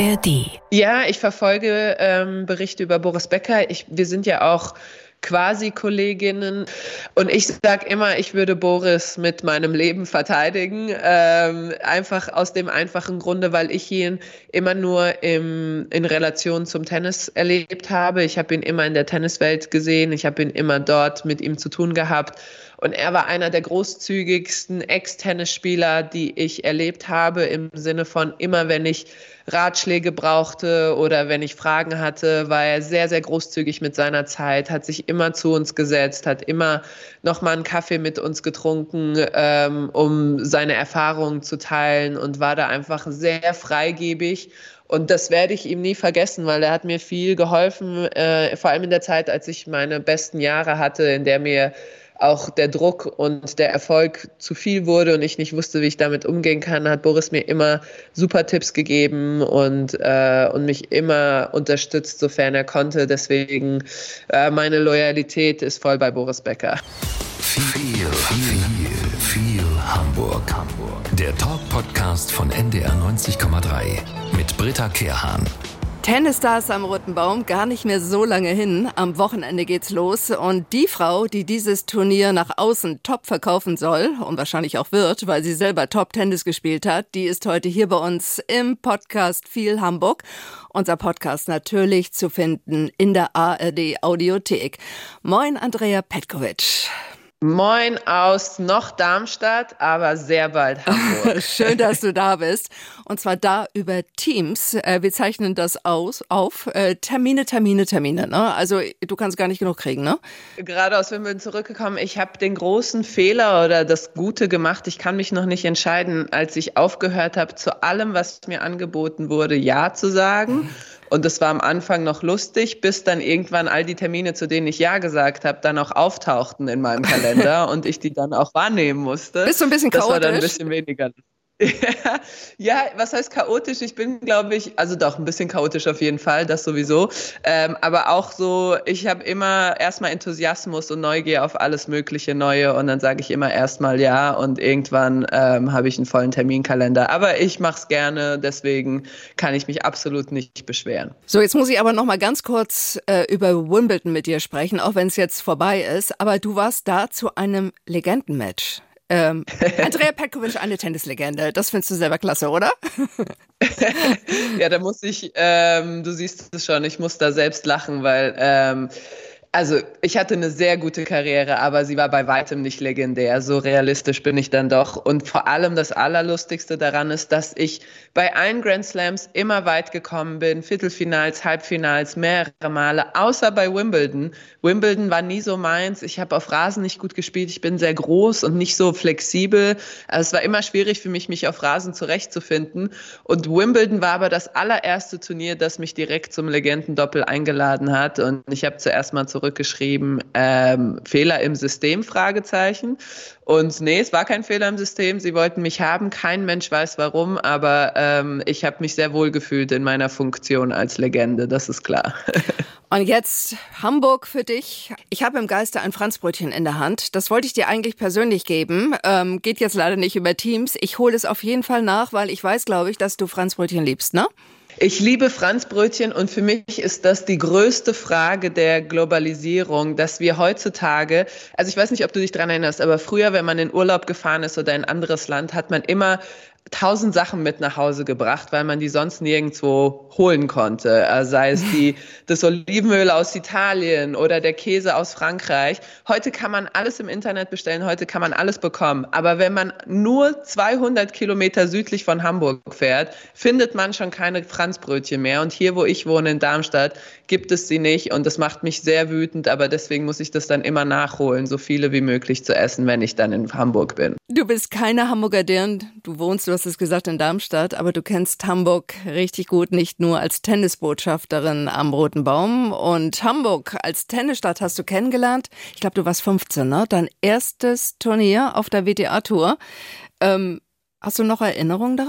ARD. Ja, ich verfolge Berichte über Boris Becker. Wir sind ja auch quasi Kolleginnen und ich sage immer, ich würde Boris mit meinem Leben verteidigen, einfach aus dem einfachen Grunde, weil ich ihn immer nur in Relation zum Tennis erlebt habe. Ich habe ihn immer in der Tenniswelt gesehen, ich habe ihn immer dort mit ihm zu tun gehabt. Und er war einer der großzügigsten Ex-Tennisspieler, die ich erlebt habe, im Sinne von immer, wenn ich Ratschläge brauchte oder wenn ich Fragen hatte, war er sehr, sehr großzügig mit seiner Zeit, hat sich immer zu uns gesetzt, hat immer noch mal einen Kaffee mit uns getrunken, um seine Erfahrungen zu teilen und war da einfach sehr freigebig. Und das werde ich ihm nie vergessen, weil er hat mir viel geholfen, vor allem in der Zeit, als ich meine besten Jahre hatte, in der mir auch der Druck und der Erfolg zu viel wurde und ich nicht wusste, wie ich damit umgehen kann, hat Boris mir immer super Tipps gegeben und mich immer unterstützt, sofern er konnte. Deswegen meine Loyalität ist voll bei Boris Becker. Viel Hamburg. Der Talk-Podcast von NDR 90,3 mit Britta Kehrhahn. Tennisstars am Roten Baum, gar nicht mehr so lange hin. Am Wochenende geht's los. Und die Frau, die dieses Turnier nach außen top verkaufen soll und wahrscheinlich auch wird, weil sie selber Top-Tennis gespielt hat, die ist heute hier bei uns im Podcast Viel Hamburg. Unser Podcast natürlich zu finden in der ARD Audiothek. Moin, Andrea Petkovic. Moin aus noch Darmstadt, aber sehr bald Hamburg. Schön, dass du da bist. Und zwar da über Teams. Wir zeichnen das auf. Termine. Ne? Also du kannst gar nicht genug kriegen, ne? Gerade aus Wimbledon zurückgekommen. Ich habe den großen Fehler oder das Gute gemacht. Ich kann mich noch nicht entscheiden, als ich aufgehört habe, zu allem, was mir angeboten wurde, Ja zu sagen. Und das war am Anfang noch lustig, bis dann irgendwann all die Termine, zu denen ich Ja gesagt habe, dann auch auftauchten in meinem Kalender und ich die dann auch wahrnehmen musste. Bist du ein bisschen chaotisch? Das war dann ein bisschen weniger. Ja, was heißt chaotisch? Ich bin, glaube ich, also doch ein bisschen chaotisch auf jeden Fall, das sowieso. Aber auch so, ich habe immer erstmal Enthusiasmus und Neugier auf alles mögliche Neue und dann sage ich immer erstmal ja und irgendwann habe ich einen vollen Terminkalender. Aber ich mache es gerne, deswegen kann ich mich absolut nicht beschweren. So, jetzt muss ich aber noch mal ganz kurz über Wimbledon mit dir sprechen, auch wenn es jetzt vorbei ist. Aber du warst da zu einem Legendenmatch. Andrea Petkovic, eine Tennislegende. Das findest du selber klasse, oder? Ja, da muss ich, du siehst es schon, ich muss da selbst lachen, weil also ich hatte eine sehr gute Karriere, aber sie war bei weitem nicht legendär. So realistisch bin ich dann doch. Und vor allem das Allerlustigste daran ist, dass ich bei allen Grand Slams immer weit gekommen bin. Viertelfinals, Halbfinals, mehrere Male, außer bei Wimbledon. Wimbledon war nie so meins. Ich habe auf Rasen nicht gut gespielt. Ich bin sehr groß und nicht so flexibel. Also es war immer schwierig für mich auf Rasen zurechtzufinden. Und Wimbledon war aber das allererste Turnier, das mich direkt zum Legendendoppel eingeladen hat. Und ich habe zuerst mal zurückgeschrieben, Fehler im System, Fragezeichen. Und nee, es war kein Fehler im System. Sie wollten mich haben. Kein Mensch weiß warum, aber ich habe mich sehr wohl gefühlt in meiner Funktion als Legende, das ist klar. Und jetzt Hamburg für dich. Ich habe im Geiste ein Franzbrötchen in der Hand. Das wollte ich dir eigentlich persönlich geben. Geht jetzt leider nicht über Teams. Ich hole es auf jeden Fall nach, weil ich weiß, glaube ich, dass du Franzbrötchen liebst, ne? Ich liebe Franzbrötchen und für mich ist das die größte Frage der Globalisierung, dass wir heutzutage, also ich weiß nicht, ob du dich dran erinnerst, aber früher, wenn man in Urlaub gefahren ist oder in ein anderes Land, hat man immer 1000 Sachen mit nach Hause gebracht, weil man die sonst nirgendwo holen konnte. Sei es das Olivenöl aus Italien oder der Käse aus Frankreich. Heute kann man alles im Internet bestellen, heute kann man alles bekommen. Aber wenn man nur 200 Kilometer südlich von Hamburg fährt, findet man schon keine Franzbrötchen mehr. Und hier, wo ich wohne, in Darmstadt, gibt es sie nicht. Und das macht mich sehr wütend, aber deswegen muss ich das dann immer nachholen, so viele wie möglich zu essen, wenn ich dann in Hamburg bin. Du bist keine Hamburgerin, du hast es gesagt, in Darmstadt, aber du kennst Hamburg richtig gut, nicht nur als Tennisbotschafterin am Roten Baum. Und Hamburg als Tennisstadt hast du kennengelernt. Ich glaube, du warst 15, ne? Dein erstes Turnier auf der WTA-Tour. Hast du noch Erinnerungen daran?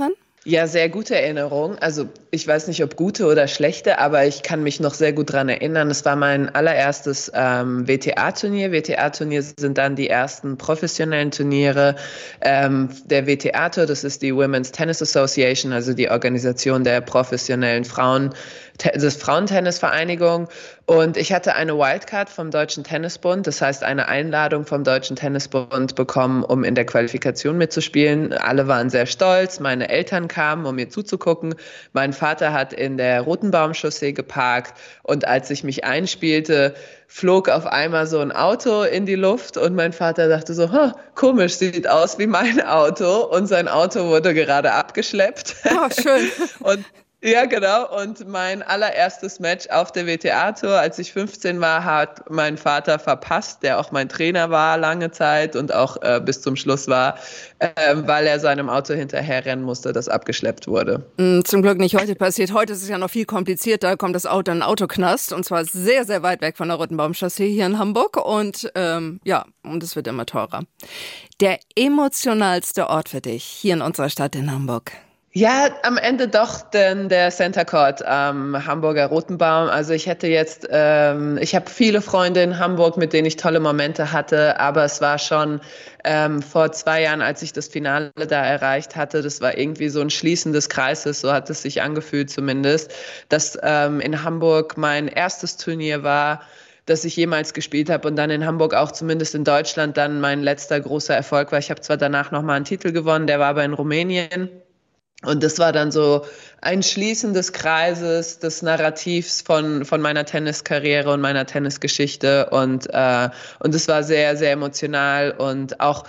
Ja, sehr gute Erinnerung. Also ich weiß nicht, ob gute oder schlechte, aber ich kann mich noch sehr gut dran erinnern. Es war mein allererstes WTA-Turnier. WTA-Turnier sind dann die ersten professionellen Turniere. Der WTA-Tour, das ist die Women's Tennis Association, also die Organisation der professionellen Frauentennisvereinigung. Und ich hatte eine Wildcard vom Deutschen Tennisbund, das heißt eine Einladung vom Deutschen Tennisbund bekommen, um in der Qualifikation mitzuspielen. Alle waren sehr stolz, meine Eltern kamen, um mir zuzugucken. Mein Vater hat in der Rotenbaumchaussee geparkt und als ich mich einspielte, flog auf einmal so ein Auto in die Luft und mein Vater dachte so, komisch, sieht aus wie mein Auto und sein Auto wurde gerade abgeschleppt. Oh, schön. Und ja, genau. Und mein allererstes Match auf der WTA-Tour, als ich 15 war, hat mein Vater verpasst, der auch mein Trainer war lange Zeit und auch bis zum Schluss war, weil er seinem Auto hinterherrennen musste, das abgeschleppt wurde. Zum Glück nicht heute passiert. Heute ist es ja noch viel komplizierter. Da kommt das Auto in einen Autoknast und zwar sehr, sehr weit weg von der Rotenbaumchaussee hier in Hamburg. Und und es wird immer teurer. Der emotionalste Ort für dich hier in unserer Stadt in Hamburg? Ja, am Ende doch denn der Center Court am Hamburger Rotenbaum. Also ich hätte jetzt, ich habe viele Freunde in Hamburg, mit denen ich tolle Momente hatte, aber es war schon vor 2 Jahren, als ich das Finale da erreicht hatte, das war irgendwie so ein Schließen des Kreises, so hat es sich angefühlt zumindest, dass in Hamburg mein erstes Turnier war, das ich jemals gespielt habe und dann in Hamburg auch zumindest in Deutschland dann mein letzter großer Erfolg war. Ich habe zwar danach nochmal einen Titel gewonnen, der war aber in Rumänien. Und das war dann so ein Schließen des Kreises, des Narrativs von meiner Tenniskarriere und meiner Tennisgeschichte. Und es war sehr, sehr emotional. Und auch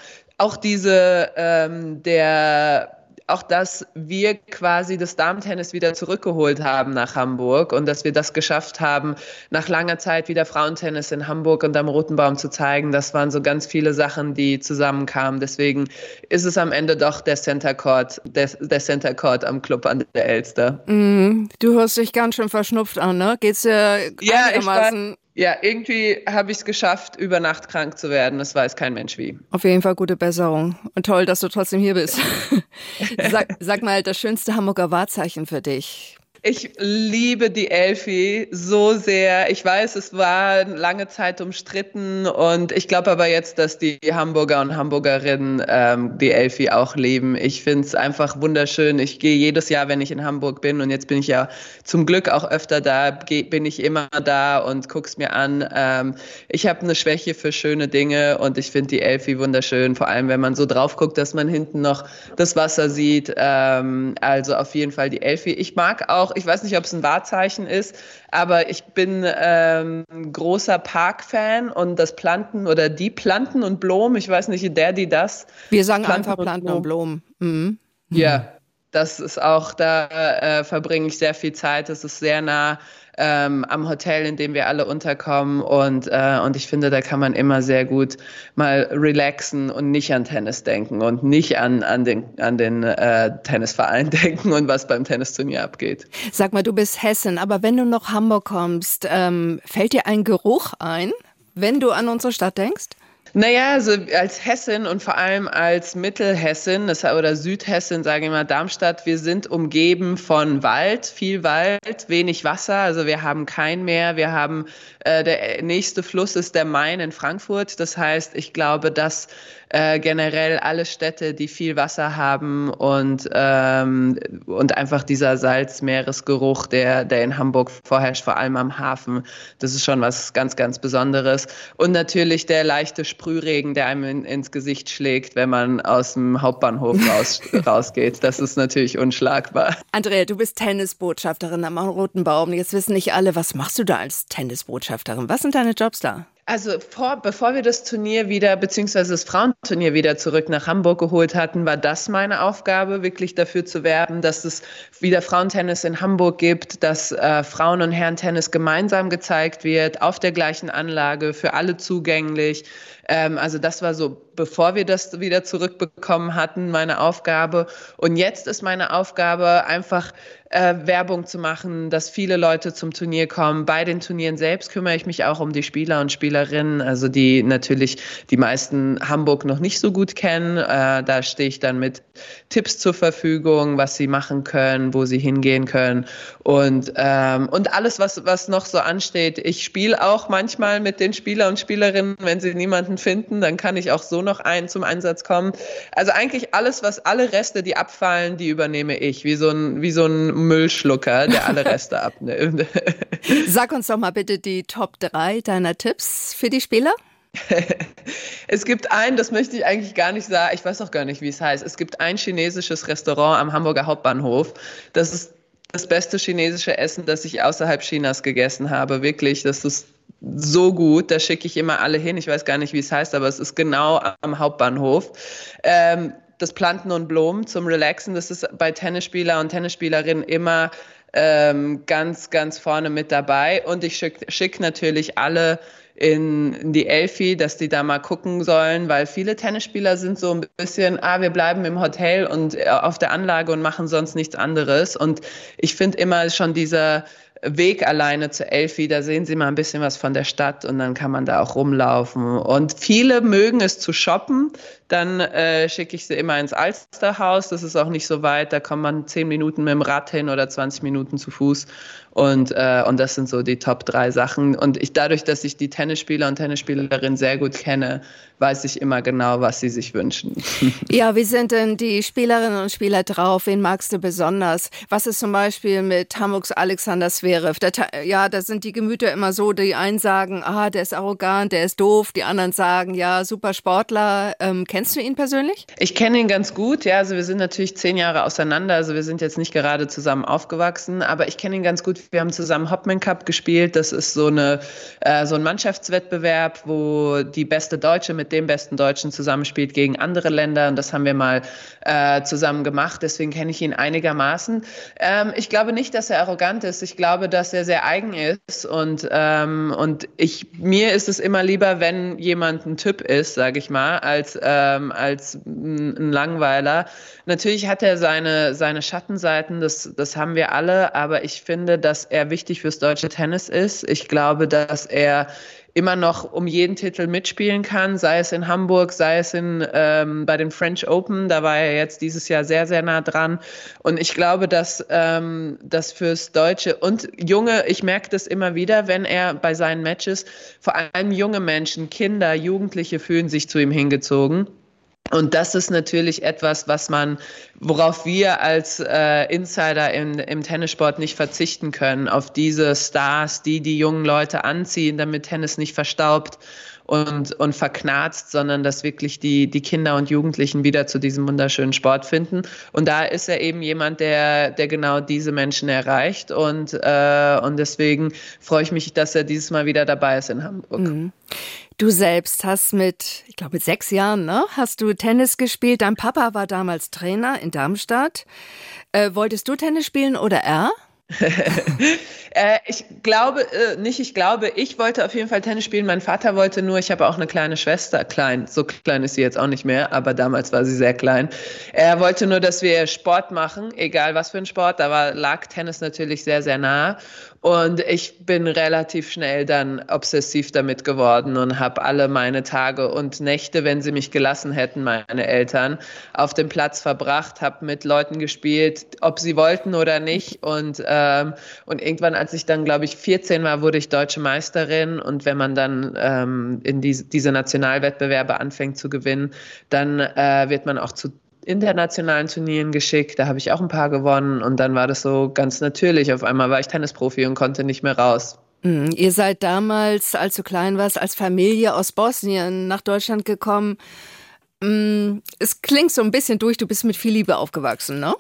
dass wir quasi das Damentennis wieder zurückgeholt haben nach Hamburg und dass wir das geschafft haben, nach langer Zeit wieder Frauentennis in Hamburg und am Rotenbaum zu zeigen. Das waren so ganz viele Sachen, die zusammenkamen. Deswegen ist es am Ende doch der Center Court am Club an der Elster. Du hörst dich ganz schön verschnupft an, ne? Geht's dir einigermaßen? Ja, irgendwie habe ich es geschafft, über Nacht krank zu werden. Das weiß kein Mensch wie. Auf jeden Fall gute Besserung. Und toll, dass du trotzdem hier bist. Sag mal, das schönste Hamburger Wahrzeichen für dich. Ich liebe die Elfi so sehr. Ich weiß, es war lange Zeit umstritten und ich glaube aber jetzt, dass die Hamburger und Hamburgerinnen die Elfi auch lieben. Ich finde es einfach wunderschön. Ich gehe jedes Jahr, wenn ich in Hamburg bin und jetzt bin ich ja zum Glück auch öfter da, bin ich immer da und guck's mir an. Ich habe eine Schwäche für schöne Dinge und ich finde die Elfi wunderschön, vor allem wenn man so drauf guckt, dass man hinten noch das Wasser sieht. Also auf jeden Fall die Elfi. Ich mag auch, ich weiß nicht, ob es ein Wahrzeichen ist, aber ich bin großer Park-Fan und das Planten oder die Planten und Blumen, ich weiß nicht, das. Wir sagen einfach Planten und Blumen. Mhm. Ja, das ist auch, da verbringe ich sehr viel Zeit, das ist sehr nah am Hotel, in dem wir alle unterkommen und ich finde, da kann man immer sehr gut mal relaxen und nicht an Tennis denken und nicht an den Tennisverein denken und was beim Tennisturnier abgeht. Sag mal, du bist Hessin, aber wenn du nach Hamburg kommst, fällt dir ein Geruch ein, wenn du an unsere Stadt denkst? Naja, also als Hessin und vor allem als Mittelhessin oder Südhessin, sage ich mal, Darmstadt, wir sind umgeben von Wald, viel Wald, wenig Wasser, also wir haben kein Meer, wir haben, der nächste Fluss ist der Main in Frankfurt, das heißt, ich glaube, dass generell alle Städte, die viel Wasser haben und einfach dieser Salzmeeresgeruch, der in Hamburg vorherrscht, vor allem am Hafen, das ist schon was ganz, ganz Besonderes. Und natürlich der leichte Sprühregen, der einem ins Gesicht schlägt, wenn man aus dem Hauptbahnhof rausgeht. Das ist natürlich unschlagbar. Andrea, du bist Tennisbotschafterin am Rotenbaum. Jetzt wissen nicht alle, was machst du da als Tennisbotschafterin? Was sind deine Jobs da? Also bevor wir das Turnier wieder, beziehungsweise das Frauenturnier wieder zurück nach Hamburg geholt hatten, war das meine Aufgabe, wirklich dafür zu werben, dass es wieder Frauentennis in Hamburg gibt, dass Frauen- und Herrentennis gemeinsam gezeigt wird, auf der gleichen Anlage, für alle zugänglich. Also das war so bevor wir das wieder zurückbekommen hatten, meine Aufgabe. Und jetzt ist meine Aufgabe einfach Werbung zu machen, dass viele Leute zum Turnier kommen. Bei den Turnieren selbst kümmere ich mich auch um die Spieler und Spielerinnen, also die natürlich die meisten Hamburg noch nicht so gut kennen. Da stehe ich dann mit Tipps zur Verfügung, was sie machen können, wo sie hingehen können und alles, was noch so ansteht. Ich spiele auch manchmal mit den Spieler und Spielerinnen, wenn sie niemanden finden, dann kann ich auch so noch zum Einsatz kommen. Also eigentlich alles, alle Reste, die abfallen, die übernehme ich, wie so ein Müllschlucker, der alle Reste abnimmt. Sag uns doch mal bitte die Top 3 deiner Tipps für die Spieler. Es gibt das möchte ich eigentlich gar nicht sagen, ich weiß auch gar nicht, wie es heißt. Es gibt ein chinesisches Restaurant am Hamburger Hauptbahnhof. Das ist das beste chinesische Essen, das ich außerhalb Chinas gegessen habe. Wirklich, das ist so gut. Da schicke ich immer alle hin. Ich weiß gar nicht, wie es heißt, aber es ist genau am Hauptbahnhof. Das Planten und Blumen zum Relaxen, das ist bei Tennisspieler und Tennisspielerinnen immer ganz, ganz vorne mit dabei. Und ich schick natürlich alle in die Elfi, dass die da mal gucken sollen, weil viele Tennisspieler sind so ein bisschen, wir bleiben im Hotel und auf der Anlage und machen sonst nichts anderes. Und ich finde immer schon dieser Weg alleine zur Elfi, da sehen Sie mal ein bisschen was von der Stadt und dann kann man da auch rumlaufen. Und viele mögen es zu shoppen, dann schicke ich sie immer ins Alsterhaus, das ist auch nicht so weit, da kommt man 10 Minuten mit dem Rad hin oder 20 Minuten zu Fuß und das sind so die Top 3 Sachen. Und dadurch, dass ich die Tennisspieler und Tennisspielerinnen sehr gut kenne, weiß ich immer genau, was sie sich wünschen. Ja, wie sind denn die Spielerinnen und Spieler drauf? Wen magst du besonders? Was ist zum Beispiel mit Hamburgs Alexander Zverev? Da sind die Gemüter immer so, die einen sagen, der ist arrogant, der ist doof. Die anderen sagen, ja, super Sportler. Kennst du ihn persönlich? Ich kenne ihn ganz gut, ja. Also wir sind natürlich 10 Jahre auseinander. Also wir sind jetzt nicht gerade zusammen aufgewachsen, aber ich kenne ihn ganz gut. Wir haben zusammen Hopman Cup gespielt. Das ist so ein Mannschaftswettbewerb, wo die beste Deutsche mit dem besten Deutschen zusammenspielt gegen andere Länder. Und das haben wir mal zusammen gemacht. Deswegen kenne ich ihn einigermaßen. Ich glaube nicht, dass er arrogant ist. Ich glaube, dass er sehr eigen ist. Und mir ist es immer lieber, wenn jemand ein Typ ist, sage ich mal, als ein Langweiler. Natürlich hat er seine Schattenseiten. Das haben wir alle. Aber ich finde, dass er wichtig fürs deutsche Tennis ist. Ich glaube, dass er immer noch um jeden Titel mitspielen kann, sei es in Hamburg, sei es bei den French Open, da war er jetzt dieses Jahr sehr, sehr nah dran. Und ich glaube, dass das fürs Deutsche und ich merke das immer wieder, wenn er bei seinen Matches, vor allem junge Menschen, Kinder, Jugendliche fühlen sich zu ihm hingezogen. Und das ist natürlich etwas, worauf wir als Insider im Tennissport nicht verzichten können, auf diese Stars, die jungen Leute anziehen, damit Tennis nicht verstaubt und verknarzt, sondern dass wirklich die Kinder und Jugendlichen wieder zu diesem wunderschönen Sport finden. Und da ist er eben jemand, der genau diese Menschen erreicht. Und deswegen freue ich mich, dass er dieses Mal wieder dabei ist in Hamburg. Mhm. Du selbst hast mit 6 Jahren, ne, hast du Tennis gespielt. Dein Papa war damals Trainer in Darmstadt. Wolltest du Tennis spielen oder er? Ich wollte auf jeden Fall Tennis spielen. Mein Vater wollte nur, ich habe auch eine kleine Schwester, so klein ist sie jetzt auch nicht mehr, aber damals war sie sehr klein. Er wollte nur, dass wir Sport machen, egal was für ein Sport, da lag Tennis natürlich sehr, sehr nah. Und ich bin relativ schnell dann obsessiv damit geworden und habe alle meine Tage und Nächte, wenn sie mich gelassen hätten, meine Eltern, auf dem Platz verbracht, habe mit Leuten gespielt, ob sie wollten oder nicht. Und irgendwann, als ich dann, glaube ich, 14 war, wurde ich deutsche Meisterin. Und wenn man dann in diese Nationalwettbewerbe anfängt zu gewinnen, dann wird man auch zu internationalen Turnieren geschickt, da habe ich auch ein paar gewonnen und dann war das so ganz natürlich. Auf einmal war ich Tennisprofi und konnte nicht mehr raus. Ihr seid damals, als du klein warst, als Familie aus Bosnien nach Deutschland gekommen. Es klingt so ein bisschen durch, du bist mit viel Liebe aufgewachsen, ne?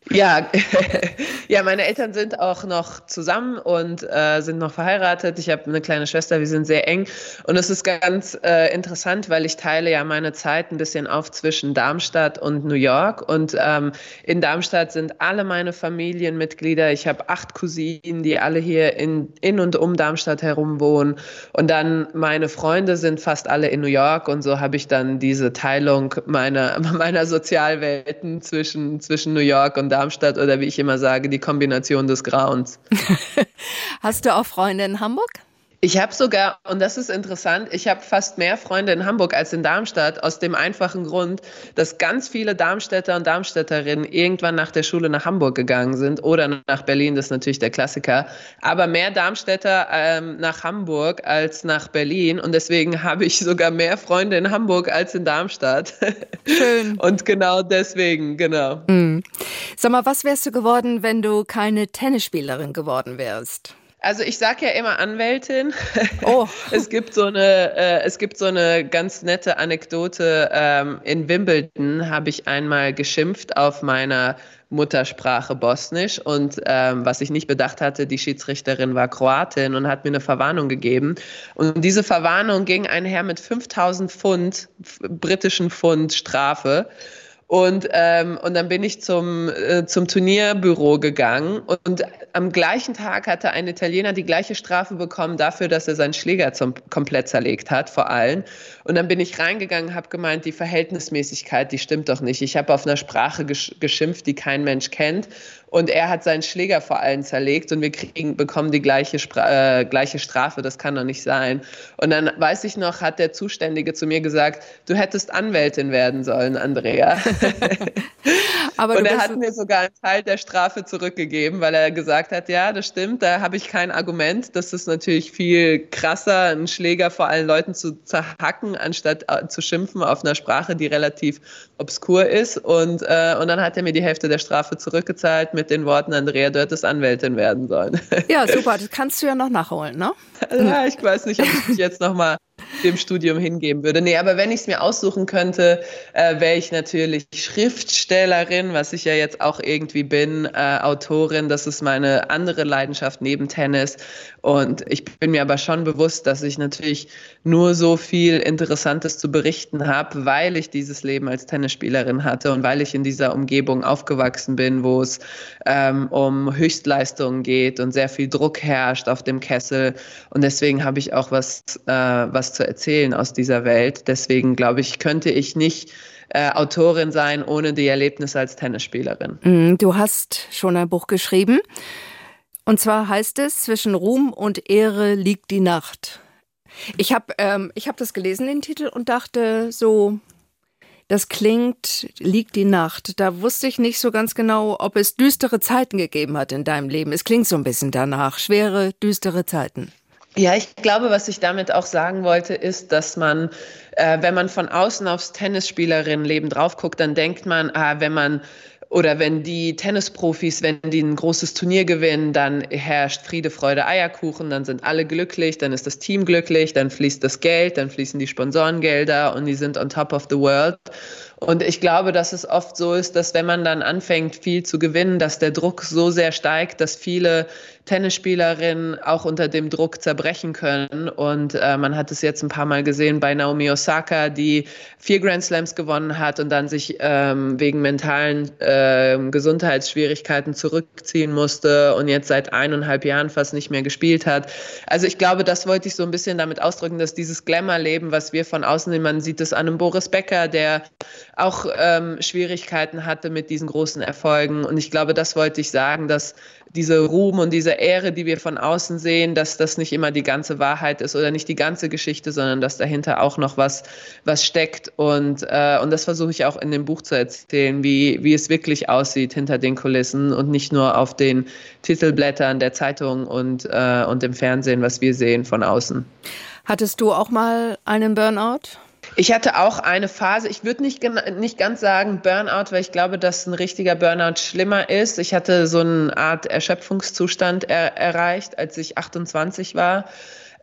Ja, ja, meine Eltern sind auch noch zusammen und sind noch verheiratet. Ich habe eine kleine Schwester, wir sind sehr eng. Und es ist ganz interessant, weil ich teile ja meine Zeit ein bisschen auf zwischen Darmstadt und New York. Und in Darmstadt sind alle meine Familienmitglieder. Ich habe 8 Cousinen, die alle hier in und um Darmstadt herum wohnen. Und dann meine Freunde sind fast alle in New York. Und so habe ich dann diese Teilung meiner Sozialwelten zwischen New York und Darmstadt, oder wie ich immer sage, die Kombination des Grauens. Hast du auch Freunde in Hamburg? Ich habe sogar, und das ist interessant, ich habe fast mehr Freunde in Hamburg als in Darmstadt, aus dem einfachen Grund, dass ganz viele Darmstädter und Darmstädterinnen irgendwann nach der Schule nach Hamburg gegangen sind oder nach Berlin, das ist natürlich der Klassiker, aber mehr Darmstädter nach Hamburg als nach Berlin, und deswegen habe ich sogar mehr Freunde in Hamburg als in Darmstadt. Schön. Und genau deswegen, genau. Sag mal, was wärst du geworden, wenn du keine Tennisspielerin geworden wärst? Also ich sage ja immer Anwältin. Oh. Es gibt so eine ganz nette Anekdote. In Wimbledon habe ich einmal geschimpft auf meiner Muttersprache Bosnisch, und was ich nicht bedacht hatte, die Schiedsrichterin war Kroatin und hat mir eine Verwarnung gegeben. Und diese Verwarnung ging einher mit 5.000 Pfund, britischen Pfund Strafe. Und dann bin ich zum Turnierbüro gegangen, und am gleichen Tag hatte ein Italiener die gleiche Strafe bekommen dafür, dass er seinen Schläger komplett zerlegt hat, vor allen. Und dann bin ich reingegangen, habe gemeint, die Verhältnismäßigkeit, die stimmt doch nicht. Ich habe auf einer Sprache geschimpft, die kein Mensch kennt. Und er hat seinen Schläger vor allen zerlegt, und wir bekommen die gleiche Strafe. Das kann doch nicht sein. Und dann, weiß ich noch, hat der Zuständige zu mir gesagt, du hättest Anwältin werden sollen, Andrea. Und er hat mir sogar einen Teil der Strafe zurückgegeben, weil er gesagt hat, ja, das stimmt, da habe ich kein Argument. Das ist natürlich viel krasser, einen Schläger vor allen Leuten zu zerhacken, anstatt zu schimpfen auf einer Sprache, die relativ obskur ist. Und dann hat er mir die Hälfte der Strafe zurückgezahlt mit den Worten, Andrea, du hättest Anwältin werden sollen. Ja, super, das kannst du ja noch nachholen, ne? Ja, ich weiß nicht, ob ich mich jetzt nochmal dem Studium hingeben würde. Nee, aber wenn ich es mir aussuchen könnte, wäre ich natürlich Schriftstellerin, was ich ja jetzt auch irgendwie bin, Autorin. Das ist meine andere Leidenschaft neben Tennis. Und ich bin mir aber schon bewusst, dass ich natürlich nur so viel Interessantes zu berichten habe, weil ich dieses Leben als Tennisspielerin hatte und weil ich in dieser Umgebung aufgewachsen bin, wo es um Höchstleistungen geht und sehr viel Druck herrscht auf dem Kessel. Und deswegen habe ich auch was zu erzählen aus dieser Welt. Deswegen glaube ich, könnte ich nicht Autorin sein ohne die Erlebnisse als Tennisspielerin. Du hast schon ein Buch geschrieben. Und zwar heißt es, zwischen Ruhm und Ehre liegt die Nacht. Ich hab das gelesen, den Titel, und dachte so, das klingt, liegt die Nacht. Da wusste ich nicht so ganz genau, ob es düstere Zeiten gegeben hat in deinem Leben. Es klingt so ein bisschen danach. Schwere, düstere Zeiten. Ja, ich glaube, was ich damit auch sagen wollte, ist, dass man, wenn man von außen aufs Tennisspielerinnenleben drauf guckt, dann denkt man, wenn die Tennisprofis, wenn die ein großes Turnier gewinnen, dann herrscht Friede, Freude, Eierkuchen, dann sind alle glücklich, dann ist das Team glücklich, dann fließt das Geld, dann fließen die Sponsorengelder und die sind on top of the world. Und ich glaube, dass es oft so ist, dass wenn man dann anfängt, viel zu gewinnen, dass der Druck so sehr steigt, dass viele Tennisspielerinnen auch unter dem Druck zerbrechen können. Und man hat es jetzt ein paar Mal gesehen bei Naomi Osaka, die 4 Grand Slams gewonnen hat und dann sich wegen mentalen Gesundheitsschwierigkeiten zurückziehen musste und jetzt seit 1,5 Jahren fast nicht mehr gespielt hat. Also ich glaube, das wollte ich so ein bisschen damit ausdrücken, dass dieses Glamour-Leben, was wir von außen sehen, man sieht es an einem Boris Becker, der auch Schwierigkeiten hatte mit diesen großen Erfolgen. Und ich glaube, das wollte ich sagen, dass diese Ruhm und diese Ehre, die wir von außen sehen, dass das nicht immer die ganze Wahrheit ist oder nicht die ganze Geschichte, sondern dass dahinter auch noch was steckt. Und das versuche ich auch in dem Buch zu erzählen, wie es wirklich aussieht hinter den Kulissen und nicht nur auf den Titelblättern der Zeitung und im Fernsehen, was wir sehen von außen. Hattest du auch mal einen Burnout? Ich hatte auch eine Phase, ich würde nicht ganz sagen Burnout, weil ich glaube, dass ein richtiger Burnout schlimmer ist. Ich hatte so eine Art Erschöpfungszustand erreicht, als ich 28 war.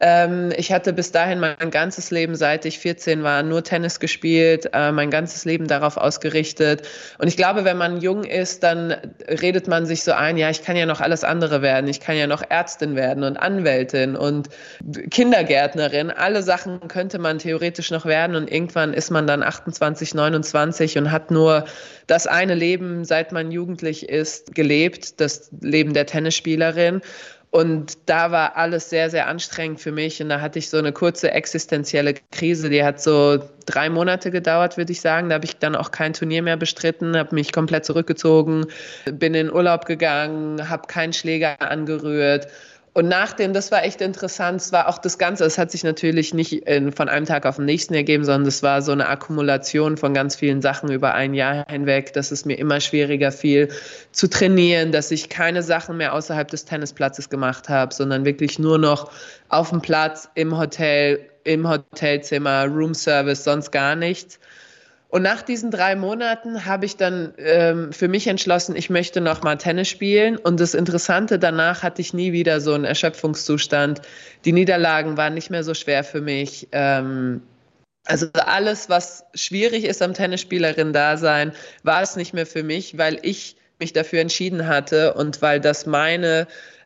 Ich hatte bis dahin mein ganzes Leben, seit ich 14 war, nur Tennis gespielt, mein ganzes Leben darauf ausgerichtet. Und ich glaube, wenn man jung ist, dann redet man sich so ein, ja, ich kann ja noch alles andere werden. Ich kann ja noch Ärztin werden und Anwältin und Kindergärtnerin. Alle Sachen könnte man theoretisch noch werden. Und irgendwann ist man dann 28, 29 und hat nur das eine Leben, seit man jugendlich ist, gelebt, das Leben der Tennisspielerin. Und da war alles sehr, sehr anstrengend für mich. Und da hatte ich so eine kurze existenzielle Krise, die hat so 3 Monate gedauert, würde ich sagen. Da habe ich dann auch kein Turnier mehr bestritten, habe mich komplett zurückgezogen, bin in Urlaub gegangen, habe keinen Schläger angerührt. Und das war echt interessant, es war auch das Ganze, es hat sich natürlich nicht von einem Tag auf den nächsten ergeben, sondern es war so eine Akkumulation von ganz vielen Sachen über ein Jahr hinweg, dass es mir immer schwieriger fiel zu trainieren, dass ich keine Sachen mehr außerhalb des Tennisplatzes gemacht habe, sondern wirklich nur noch auf dem Platz, im Hotel, im Hotelzimmer, Roomservice, sonst gar nichts. Und nach diesen 3 Monaten habe ich dann für mich entschlossen, ich möchte noch mal Tennis spielen. Und das Interessante, danach hatte ich nie wieder so einen Erschöpfungszustand. Die Niederlagen waren nicht mehr so schwer für mich. Also alles, was schwierig ist am Tennisspielerin-Dasein, war es nicht mehr für mich, weil ich mich dafür entschieden hatte und weil das meine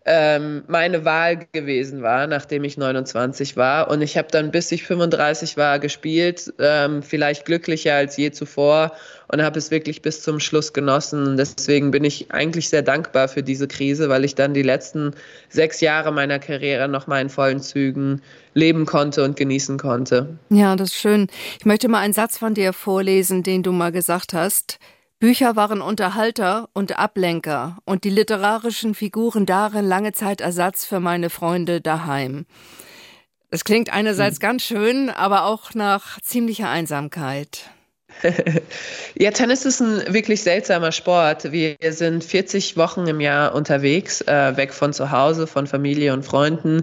Wahl gewesen war, nachdem ich 29 war. Und ich habe dann, bis ich 35 war, gespielt, vielleicht glücklicher als je zuvor und habe es wirklich bis zum Schluss genossen. Und deswegen bin ich eigentlich sehr dankbar für diese Krise, weil ich dann die letzten 6 Jahre meiner Karriere noch mal in vollen Zügen leben konnte und genießen konnte. Ja, das ist schön. Ich möchte mal einen Satz von dir vorlesen, den du mal gesagt hast. Bücher waren Unterhalter und Ablenker und die literarischen Figuren darin lange Zeit Ersatz für meine Freunde daheim. Das klingt einerseits ganz schön, aber auch nach ziemlicher Einsamkeit. Ja, Tennis ist ein wirklich seltsamer Sport. Wir sind 40 Wochen im Jahr unterwegs, weg von zu Hause, von Familie und Freunden.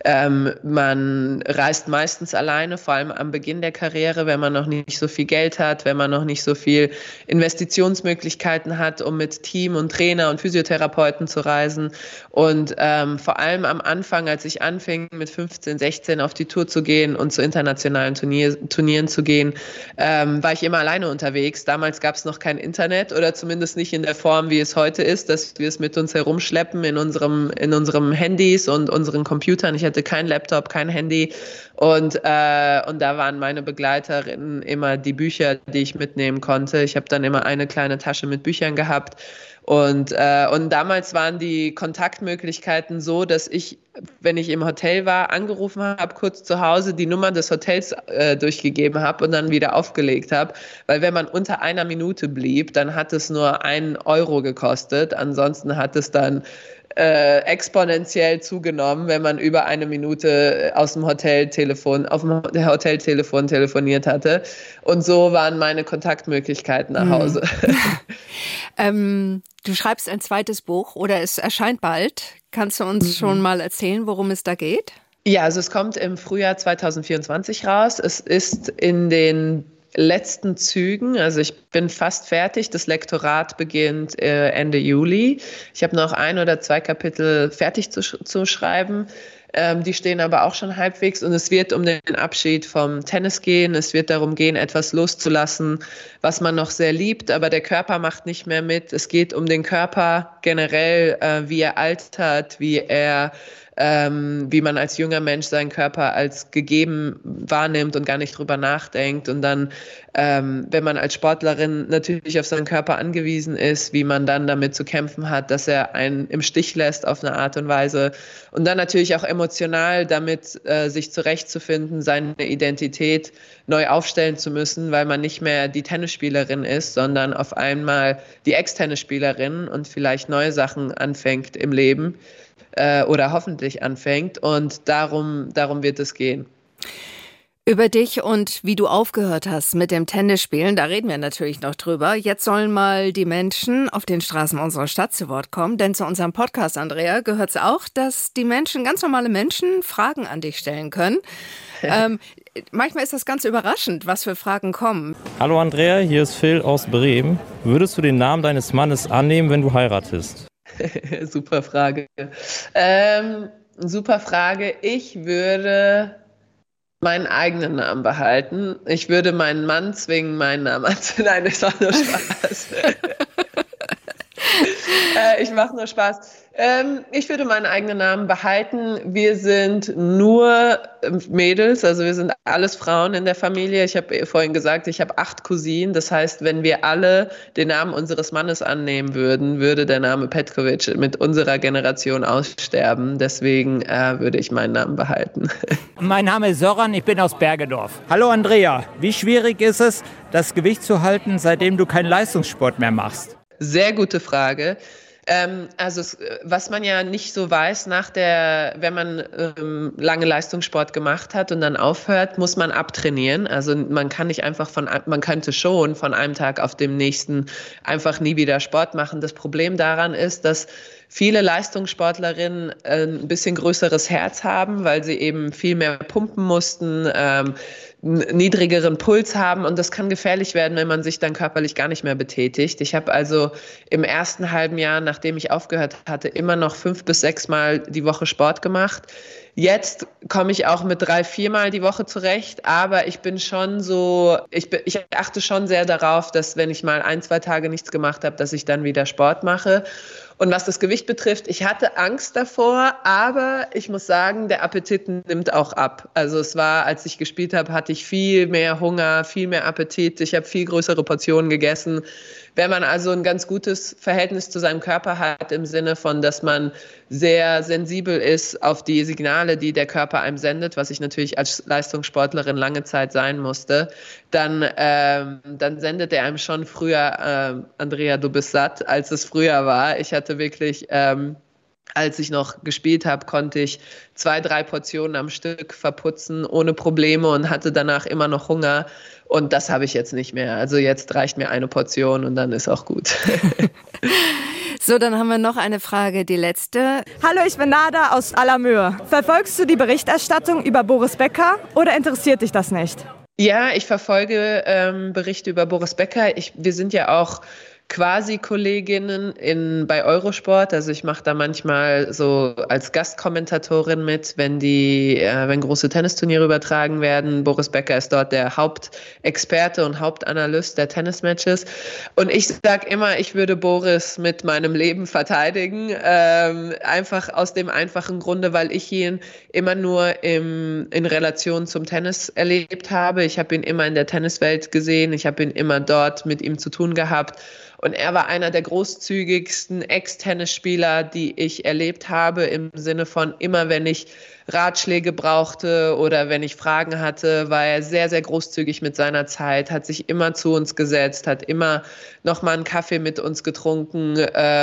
Man reist meistens alleine, vor allem am Beginn der Karriere, wenn man noch nicht so viel Geld hat, wenn man noch nicht so viel Investitionsmöglichkeiten hat, um mit Team und Trainer und Physiotherapeuten zu reisen. Und vor allem am Anfang, als ich anfing, mit 15, 16 auf die Tour zu gehen und zu internationalen Turnieren zu gehen, war ich immer alleine unterwegs. Damals gab es noch kein Internet oder zumindest nicht in der Form, wie es heute ist, dass wir es mit uns herumschleppen in unserem Handys und unseren Computern. Ich hatte kein Laptop, kein Handy und da waren meine Begleiterinnen immer die Bücher, die ich mitnehmen konnte. Ich habe dann immer eine kleine Tasche mit Büchern gehabt. Und damals waren die Kontaktmöglichkeiten so, dass ich, wenn ich im Hotel war, angerufen habe, kurz zu Hause, die Nummer des Hotels durchgegeben habe und dann wieder aufgelegt habe. Weil wenn man unter 1 Minute blieb, dann hat es nur 1 Euro gekostet. Ansonsten hat es dann exponentiell zugenommen, wenn man über 1 Minute auf dem Hoteltelefon telefoniert hatte. Und so waren meine Kontaktmöglichkeiten nach Hause. Du schreibst ein zweites Buch oder es erscheint bald. Kannst du uns schon mal erzählen, worum es da geht? Ja, also es kommt im Frühjahr 2024 raus. Es ist in den letzten Zügen, also ich bin fast fertig. Das Lektorat beginnt Ende Juli. Ich habe noch 1 oder 2 Kapitel fertig zu schreiben. Die stehen aber auch schon halbwegs und es wird um den Abschied vom Tennis gehen. Es wird darum gehen, etwas loszulassen, was man noch sehr liebt, aber der Körper macht nicht mehr mit. Es geht um den Körper generell, wie er altert, wie man als junger Mensch seinen Körper als gegeben wahrnimmt und gar nicht drüber nachdenkt. Und dann, wenn man als Sportlerin natürlich auf seinen Körper angewiesen ist, wie man dann damit zu kämpfen hat, dass er einen im Stich lässt auf eine Art und Weise. Und dann natürlich auch emotional damit sich zurechtzufinden, seine Identität neu aufstellen zu müssen, weil man nicht mehr die Tennisspielerin ist, sondern auf einmal die Ex-Tennisspielerin und vielleicht neue Sachen anfängt im Leben. Oder hoffentlich anfängt. Und darum wird es gehen. Über dich und wie du aufgehört hast mit dem Tennisspielen, da reden wir natürlich noch drüber. Jetzt sollen mal die Menschen auf den Straßen unserer Stadt zu Wort kommen. Denn zu unserem Podcast, Andrea, gehört es auch, dass die Menschen, ganz normale Menschen, Fragen an dich stellen können. Manchmal ist das ganz überraschend, was für Fragen kommen. Hallo Andrea, hier ist Phil aus Bremen. Würdest du den Namen deines Mannes annehmen, wenn du heiratest? Super Frage. Super Frage. Ich würde meinen eigenen Namen behalten. Ich würde meinen Mann zwingen, meinen Namen anzunehmen. Nein, das war nur Spaß. Ich mache nur Spaß. Ich würde meinen eigenen Namen behalten. Wir sind nur Mädels, also wir sind alles Frauen in der Familie. Ich habe vorhin gesagt, ich habe 8 Cousinen. Das heißt, wenn wir alle den Namen unseres Mannes annehmen würden, würde der Name Petkovic mit unserer Generation aussterben. Deswegen würde ich meinen Namen behalten. Mein Name ist Soran, ich bin aus Bergedorf. Hallo Andrea, wie schwierig ist es, das Gewicht zu halten, seitdem du keinen Leistungssport mehr machst? Sehr gute Frage. Was man ja nicht so weiß, wenn man lange Leistungssport gemacht hat und dann aufhört, muss man abtrainieren. Also man kann nicht einfach man könnte schon von einem Tag auf den nächsten einfach nie wieder Sport machen. Das Problem daran ist, dass viele Leistungssportlerinnen ein bisschen größeres Herz haben, weil sie eben viel mehr pumpen mussten, niedrigeren Puls haben, und das kann gefährlich werden, wenn man sich dann körperlich gar nicht mehr betätigt. Ich habe also im ersten halben Jahr, nachdem ich aufgehört hatte, immer noch 5 bis 6 Mal die Woche Sport gemacht. Jetzt komme ich auch mit 3-4 Mal die Woche zurecht, aber ich bin schon so, ich achte schon sehr darauf, dass wenn ich mal 1-2 Tage nichts gemacht habe, dass ich dann wieder Sport mache. Und was das Gewicht betrifft, ich hatte Angst davor, aber ich muss sagen, der Appetit nimmt auch ab. Also es war, als ich gespielt habe, hatte ich viel mehr Hunger, viel mehr Appetit. Ich habe viel größere Portionen gegessen. Wenn man also ein ganz gutes Verhältnis zu seinem Körper hat, im Sinne von, dass man sehr sensibel ist auf die Signale, die der Körper einem sendet, was ich natürlich als Leistungssportlerin lange Zeit sein musste, dann sendet er einem schon früher, Andrea, du bist satt, als es früher war. Ich hatte wirklich, als ich noch gespielt habe, konnte ich 2-3 Portionen am Stück verputzen ohne Probleme und hatte danach immer noch Hunger. Und das habe ich jetzt nicht mehr. Also jetzt reicht mir eine Portion und dann ist auch gut. So, dann haben wir noch eine Frage, die letzte. Hallo, ich bin Nada aus Allermöhe. Verfolgst du die Berichterstattung über Boris Becker oder interessiert dich das nicht? Ja, ich verfolge Berichte über Boris Becker. Wir sind ja auch quasi Kolleginnen bei Eurosport. Also ich mache da manchmal so als Gastkommentatorin mit, wenn große Tennisturniere übertragen werden. Boris Becker ist dort der Hauptexperte und Hauptanalyst der Tennismatches. Und ich sage immer, ich würde Boris mit meinem Leben verteidigen. Einfach aus dem einfachen Grunde, weil ich ihn immer nur in Relation zum Tennis erlebt habe. Ich habe ihn immer in der Tenniswelt gesehen. Ich habe ihn immer dort mit ihm zu tun gehabt. Und er war einer der großzügigsten Ex-Tennisspieler, die ich erlebt habe, im Sinne von immer, wenn ich Ratschläge brauchte oder wenn ich Fragen hatte, war er sehr, sehr großzügig mit seiner Zeit, hat sich immer zu uns gesetzt, hat immer noch mal einen Kaffee mit uns getrunken,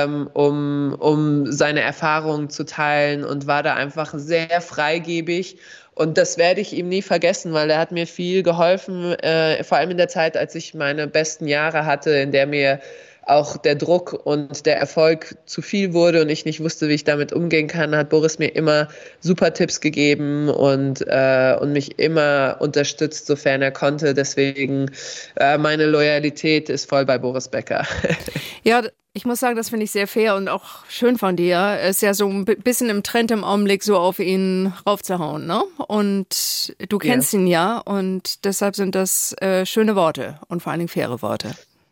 um seine Erfahrungen zu teilen, und war da einfach sehr freigebig. Und das werde ich ihm nie vergessen, weil er hat mir viel geholfen, vor allem in der Zeit, als ich meine besten Jahre hatte, in der mir auch der Druck und der Erfolg zu viel wurde und ich nicht wusste, wie ich damit umgehen kann, hat Boris mir immer super Tipps gegeben und mich immer unterstützt, sofern er konnte. Deswegen meine Loyalität ist voll bei Boris Becker. Ja, ich muss sagen, das finde ich sehr fair und auch schön von dir. Er ist ja so ein bisschen im Trend im Augenblick, so auf ihn raufzuhauen, ne? Und du kennst ihn ja, und deshalb sind das schöne Worte und vor allen Dingen faire Worte.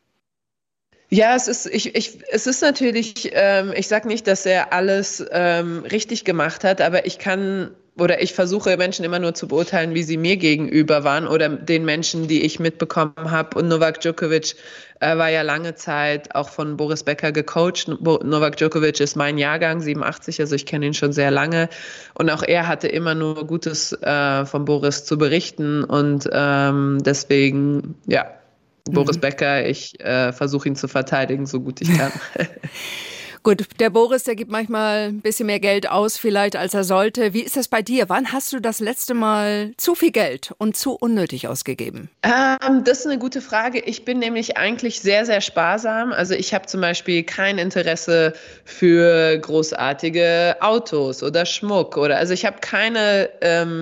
Ja, es ist natürlich, ich sage nicht, dass er alles richtig gemacht hat, aber ich versuche Menschen immer nur zu beurteilen, wie sie mir gegenüber waren oder den Menschen, die ich mitbekommen habe. Und Novak Djokovic war ja lange Zeit auch von Boris Becker gecoacht. Novak Djokovic ist mein Jahrgang, 87, also ich kenne ihn schon sehr lange. Und auch er hatte immer nur Gutes von Boris zu berichten. Und deswegen, ja, Boris Becker, ich versuche ihn zu verteidigen, so gut ich kann. Gut, der Boris, der gibt manchmal ein bisschen mehr Geld aus vielleicht, als er sollte. Wie ist das bei dir? Wann hast du das letzte Mal zu viel Geld und zu unnötig ausgegeben? Das ist eine gute Frage. Ich bin nämlich eigentlich sehr, sehr sparsam. Also ich habe zum Beispiel kein Interesse für großartige Autos oder Schmuck. Also ich habe keine,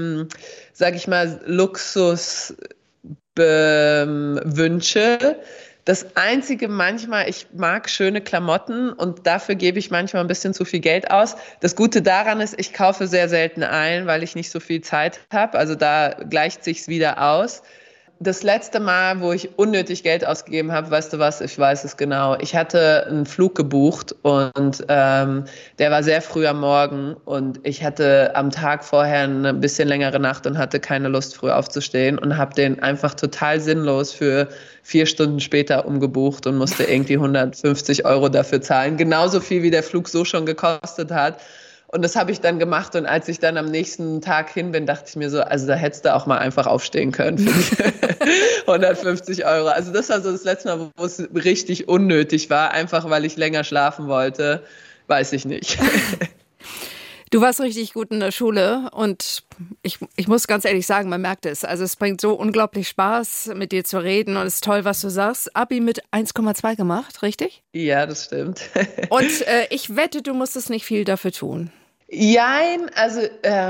sage ich mal, Luxuswünsche. Das Einzige manchmal, ich mag schöne Klamotten und dafür gebe ich manchmal ein bisschen zu viel Geld aus. Das Gute daran ist, ich kaufe sehr selten ein, weil ich nicht so viel Zeit habe. Also da gleicht sich's wieder aus. Das letzte Mal, wo ich unnötig Geld ausgegeben habe, weißt du was, ich weiß es genau. Ich hatte einen Flug gebucht und der war sehr früh am Morgen und ich hatte am Tag vorher eine bisschen längere Nacht und hatte keine Lust, früh aufzustehen und habe den einfach total sinnlos für 4 Stunden später umgebucht und musste irgendwie 150 € dafür zahlen. Genauso viel, wie der Flug so schon gekostet hat. Und das habe ich dann gemacht und als ich dann am nächsten Tag hin bin, dachte ich mir so, also da hättest du auch mal einfach aufstehen können für die 150 €. Also das war so das letzte Mal, wo es richtig unnötig war, einfach weil ich länger schlafen wollte, weiß ich nicht. Du warst richtig gut in der Schule und ich muss ganz ehrlich sagen, man merkt es. Also es bringt so unglaublich Spaß, mit dir zu reden und es ist toll, was du sagst. Abi mit 1,2 gemacht, richtig? Ja, das stimmt. Und ich wette, du musstest nicht viel dafür tun. Jein, also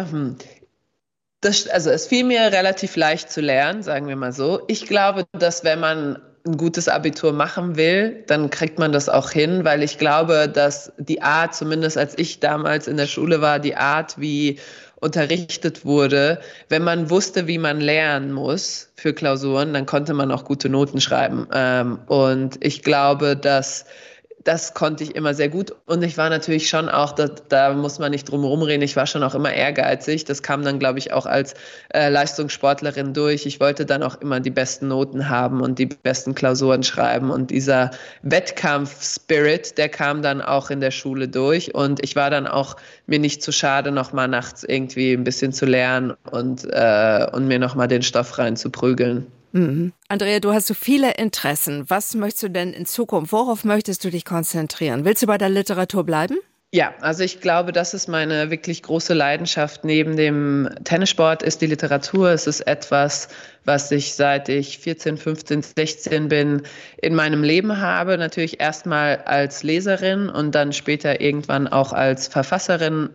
es fiel mir relativ leicht zu lernen, sagen wir mal so. Ich glaube, dass wenn man ein gutes Abitur machen will, dann kriegt man das auch hin, weil ich glaube, dass die Art, zumindest als ich damals in der Schule war, die Art, wie unterrichtet wurde, wenn man wusste, wie man lernen muss für Klausuren, dann konnte man auch gute Noten schreiben. Und ich glaube, dass das konnte ich immer sehr gut und ich war natürlich schon auch, da muss man nicht drum rumreden, ich war schon auch immer ehrgeizig. Das kam dann, glaube ich, auch als Leistungssportlerin durch. Ich wollte dann auch immer die besten Noten haben und die besten Klausuren schreiben und dieser Wettkampf-Spirit, der kam dann auch in der Schule durch und ich war dann auch mir nicht zu schade, noch mal nachts irgendwie ein bisschen zu lernen und mir noch mal den Stoff reinzuprügeln. Mhm. Andrea, du hast so viele Interessen. Was möchtest du denn in Zukunft? Worauf möchtest du dich konzentrieren? Willst du bei der Literatur bleiben? Ja, also ich glaube, das ist meine wirklich große Leidenschaft. Neben dem Tennissport ist die Literatur. Es ist etwas, was ich seit ich 14, 15, 16 bin in meinem Leben habe. Natürlich erstmal als Leserin und dann später irgendwann auch als Verfasserin.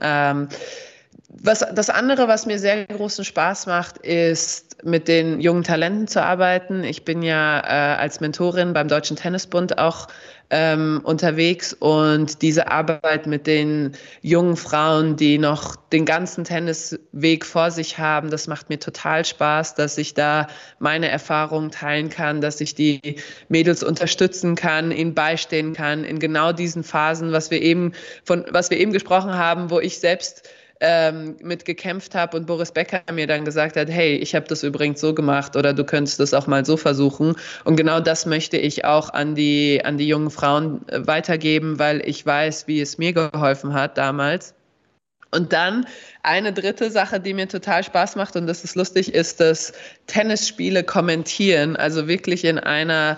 Das andere, was mir sehr großen Spaß macht, ist mit den jungen Talenten zu arbeiten. Ich bin ja als Mentorin beim Deutschen Tennisbund auch unterwegs und diese Arbeit mit den jungen Frauen, die noch den ganzen Tennisweg vor sich haben, das macht mir total Spaß, dass ich da meine Erfahrungen teilen kann, dass ich die Mädels unterstützen kann, ihnen beistehen kann in genau diesen Phasen, was wir eben gesprochen haben, wo ich selbst mit gekämpft habe und Boris Becker mir dann gesagt hat, hey, ich habe das übrigens so gemacht oder du könntest das auch mal so versuchen. Und genau das möchte ich auch an die jungen Frauen weitergeben, weil ich weiß, wie es mir geholfen hat damals. Und dann eine dritte Sache, die mir total Spaß macht und das ist lustig, ist das Tennisspiele kommentieren, also wirklich in einer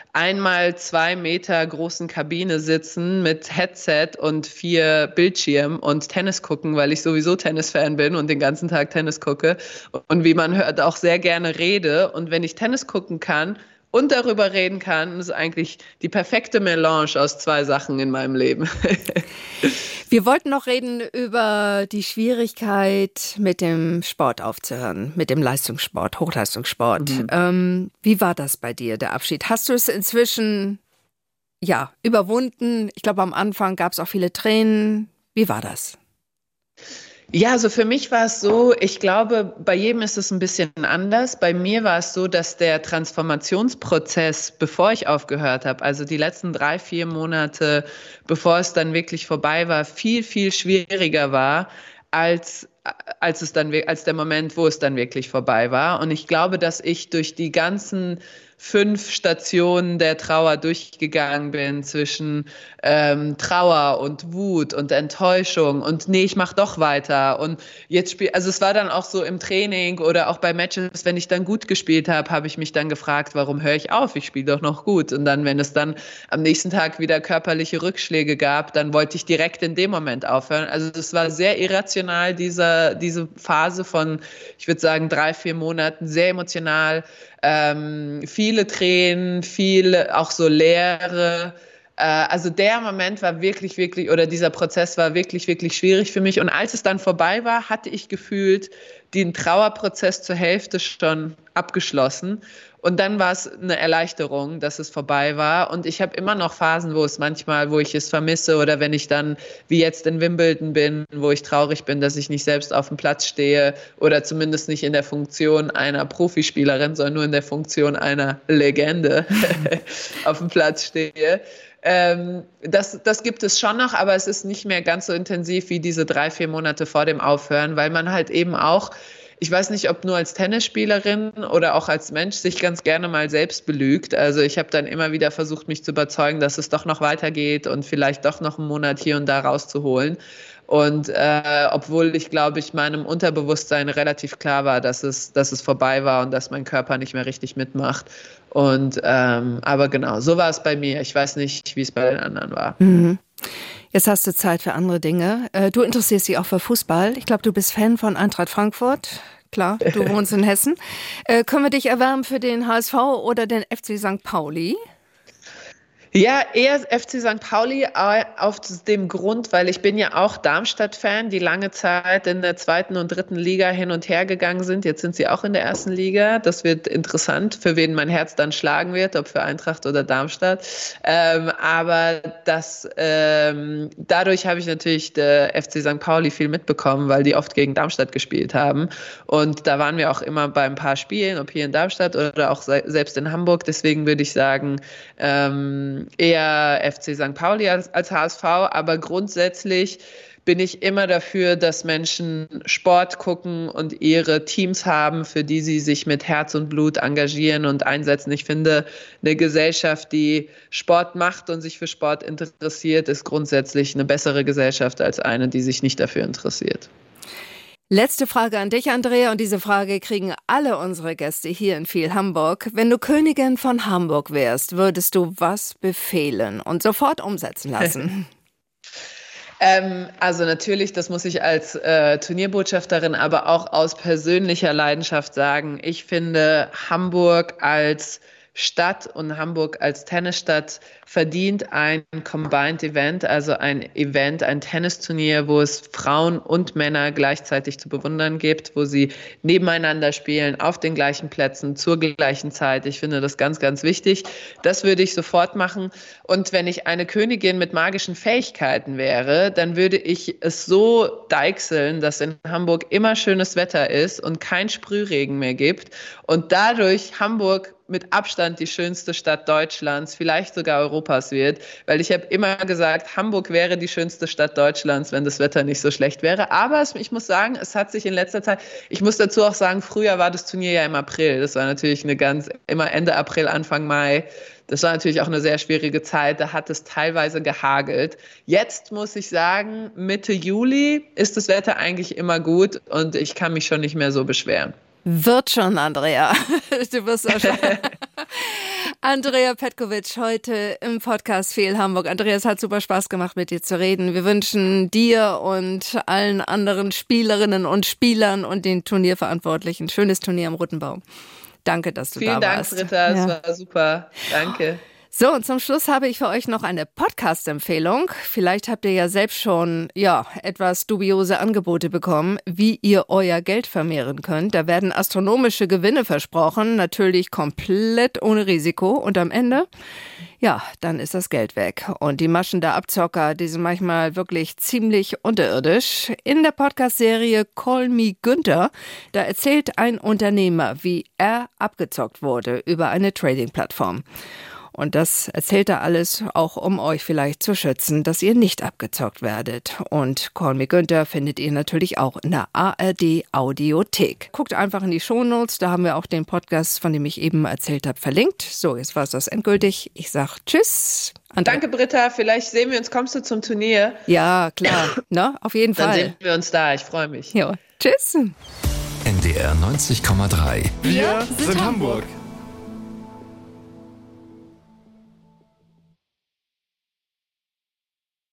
1x2 Meter großen Kabine sitzen mit Headset und 4 Bildschirmen und Tennis gucken, weil ich sowieso Tennisfan bin und den ganzen Tag Tennis gucke und wie man hört, auch sehr gerne rede. Und wenn ich Tennis gucken kann und darüber reden kann, ist eigentlich die perfekte Melange aus 2 Sachen in meinem Leben. Wir wollten noch reden über die Schwierigkeit, mit dem Sport aufzuhören, mit dem Leistungssport, Hochleistungssport. Wie war das bei dir, der Abschied? Hast du es inzwischen überwunden? Ich glaube, am Anfang gab es auch viele Tränen. Wie war das? Ja, also für mich war es so, ich glaube, bei jedem ist es ein bisschen anders. Bei mir war es so, dass der Transformationsprozess, bevor ich aufgehört habe, also die letzten 3-4 Monate, bevor es dann wirklich vorbei war, viel, viel schwieriger war, als der Moment, wo es dann wirklich vorbei war. Und ich glaube, dass ich durch die ganzen 5 Stationen der Trauer durchgegangen bin zwischen Trauer und Wut und Enttäuschung und nee, ich mach doch weiter und jetzt also es war dann auch so im Training oder auch bei Matches, wenn ich dann gut gespielt habe, habe ich mich dann gefragt, warum höre ich auf? Ich spiele doch noch gut und dann, wenn es dann am nächsten Tag wieder körperliche Rückschläge gab, dann wollte ich direkt in dem Moment aufhören. Also es war sehr irrational, diese Phase von, ich würde sagen, 3-4 Monaten, sehr emotional, viele Tränen, viel auch so Leere, Also der Moment war wirklich, wirklich, oder dieser Prozess war wirklich, wirklich schwierig für mich. Und als es dann vorbei war, hatte ich gefühlt den Trauerprozess zur Hälfte schon abgeschlossen. Und dann war es eine Erleichterung, dass es vorbei war. Und ich habe immer noch Phasen, wo ich es vermisse, oder wenn ich dann, wie jetzt in Wimbledon bin, wo ich traurig bin, dass ich nicht selbst auf dem Platz stehe oder zumindest nicht in der Funktion einer Profispielerin, sondern nur in der Funktion einer Legende auf dem Platz stehe. Das gibt es schon noch, aber es ist nicht mehr ganz so intensiv wie diese 3-4 Monate vor dem Aufhören, weil man halt eben auch, ich weiß nicht, ob nur als Tennisspielerin oder auch als Mensch, sich ganz gerne mal selbst belügt. Also ich habe dann immer wieder versucht, mich zu überzeugen, dass es doch noch weitergeht und vielleicht doch noch einen Monat hier und da rauszuholen. Und obwohl ich, glaube ich, meinem Unterbewusstsein relativ klar war, dass es vorbei war und dass mein Körper nicht mehr richtig mitmacht. Und aber genau, so war es bei mir. Ich weiß nicht, wie es bei den anderen war. Mhm. Jetzt hast du Zeit für andere Dinge. Du interessierst dich auch für Fußball. Ich glaube, du bist Fan von Eintracht Frankfurt. Klar, du wohnst in Hessen. Können wir dich erwärmen für den HSV oder den FC St. Pauli? Ja, eher FC St. Pauli auf dem Grund, weil ich bin ja auch Darmstadt-Fan, die lange Zeit in der 2. und 3. Liga hin und her gegangen sind. Jetzt sind sie auch in der 1. Liga. Das wird interessant, für wen mein Herz dann schlagen wird, ob für Eintracht oder Darmstadt. Aber dadurch habe ich natürlich der FC St. Pauli viel mitbekommen, weil die oft gegen Darmstadt gespielt haben. Und da waren wir auch immer bei ein paar Spielen, ob hier in Darmstadt oder auch selbst in Hamburg. Deswegen würde ich sagen, eher FC St. Pauli als HSV, aber grundsätzlich bin ich immer dafür, dass Menschen Sport gucken und ihre Teams haben, für die sie sich mit Herz und Blut engagieren und einsetzen. Ich finde, eine Gesellschaft, die Sport macht und sich für Sport interessiert, ist grundsätzlich eine bessere Gesellschaft als eine, die sich nicht dafür interessiert. Letzte Frage an dich, Andrea, und diese Frage kriegen alle unsere Gäste hier in Viel Hamburg. Wenn du Königin von Hamburg wärst, würdest du was befehlen und sofort umsetzen lassen? Also natürlich, das muss ich als Turnierbotschafterin, aber auch aus persönlicher Leidenschaft sagen. Ich finde Hamburg als Stadt und Hamburg als Tennisstadt verdient ein Combined Event, also ein Tennisturnier, wo es Frauen und Männer gleichzeitig zu bewundern gibt, wo sie nebeneinander spielen, auf den gleichen Plätzen, zur gleichen Zeit. Ich finde das ganz, ganz wichtig. Das würde ich sofort machen. Und wenn ich eine Königin mit magischen Fähigkeiten wäre, dann würde ich es so deichseln, dass in Hamburg immer schönes Wetter ist und kein Sprühregen mehr gibt und dadurch Hamburg mit Abstand die schönste Stadt Deutschlands, vielleicht sogar Europas wird, weil ich habe immer gesagt, Hamburg wäre die schönste Stadt Deutschlands, wenn das Wetter nicht so schlecht wäre. Aber ich muss sagen, es hat sich in letzter Zeit, ich muss dazu auch sagen, früher war das Turnier ja im April. Das war natürlich immer Ende April, Anfang Mai. Das war natürlich auch eine sehr schwierige Zeit. Da hat es teilweise gehagelt. Jetzt muss ich sagen, Mitte Juli ist das Wetter eigentlich immer gut und ich kann mich schon nicht mehr so beschweren. Wird schon, Andrea. Du wirst auch schon. Andrea Petkovic heute im Podcast Viel Hamburg. Andrea, es hat super Spaß gemacht, mit dir zu reden. Wir wünschen dir und allen anderen Spielerinnen und Spielern und den Turnierverantwortlichen ein schönes Turnier am Roten Baum. Danke, dass du da warst. Vielen Dank, Britta. Es war super. Danke. So, und zum Schluss habe ich für euch noch eine Podcast-Empfehlung. Vielleicht habt ihr ja selbst schon, etwas dubiose Angebote bekommen, wie ihr euer Geld vermehren könnt. Da werden astronomische Gewinne versprochen, natürlich komplett ohne Risiko. Und am Ende, dann ist das Geld weg. Und die Maschen der Abzocker, die sind manchmal wirklich ziemlich unterirdisch. In der Podcast-Serie Call Me Günther, da erzählt ein Unternehmer, wie er abgezockt wurde über eine Trading-Plattform. Und das erzählt er alles, auch um euch vielleicht zu schützen, dass ihr nicht abgezockt werdet. Und Call Me Günther findet ihr natürlich auch in der ARD Audiothek. Guckt einfach in die Shownotes, da haben wir auch den Podcast, von dem ich eben erzählt habe, verlinkt. So, jetzt war es das endgültig. Ich sag Tschüss. Andrea. Danke, Britta. Vielleicht sehen wir uns. Kommst du zum Turnier? Ja, klar. Auf jeden Fall. Dann sehen wir uns da. Ich freue mich. Jo. Tschüss. NDR 90,3. Wir sind Hamburg.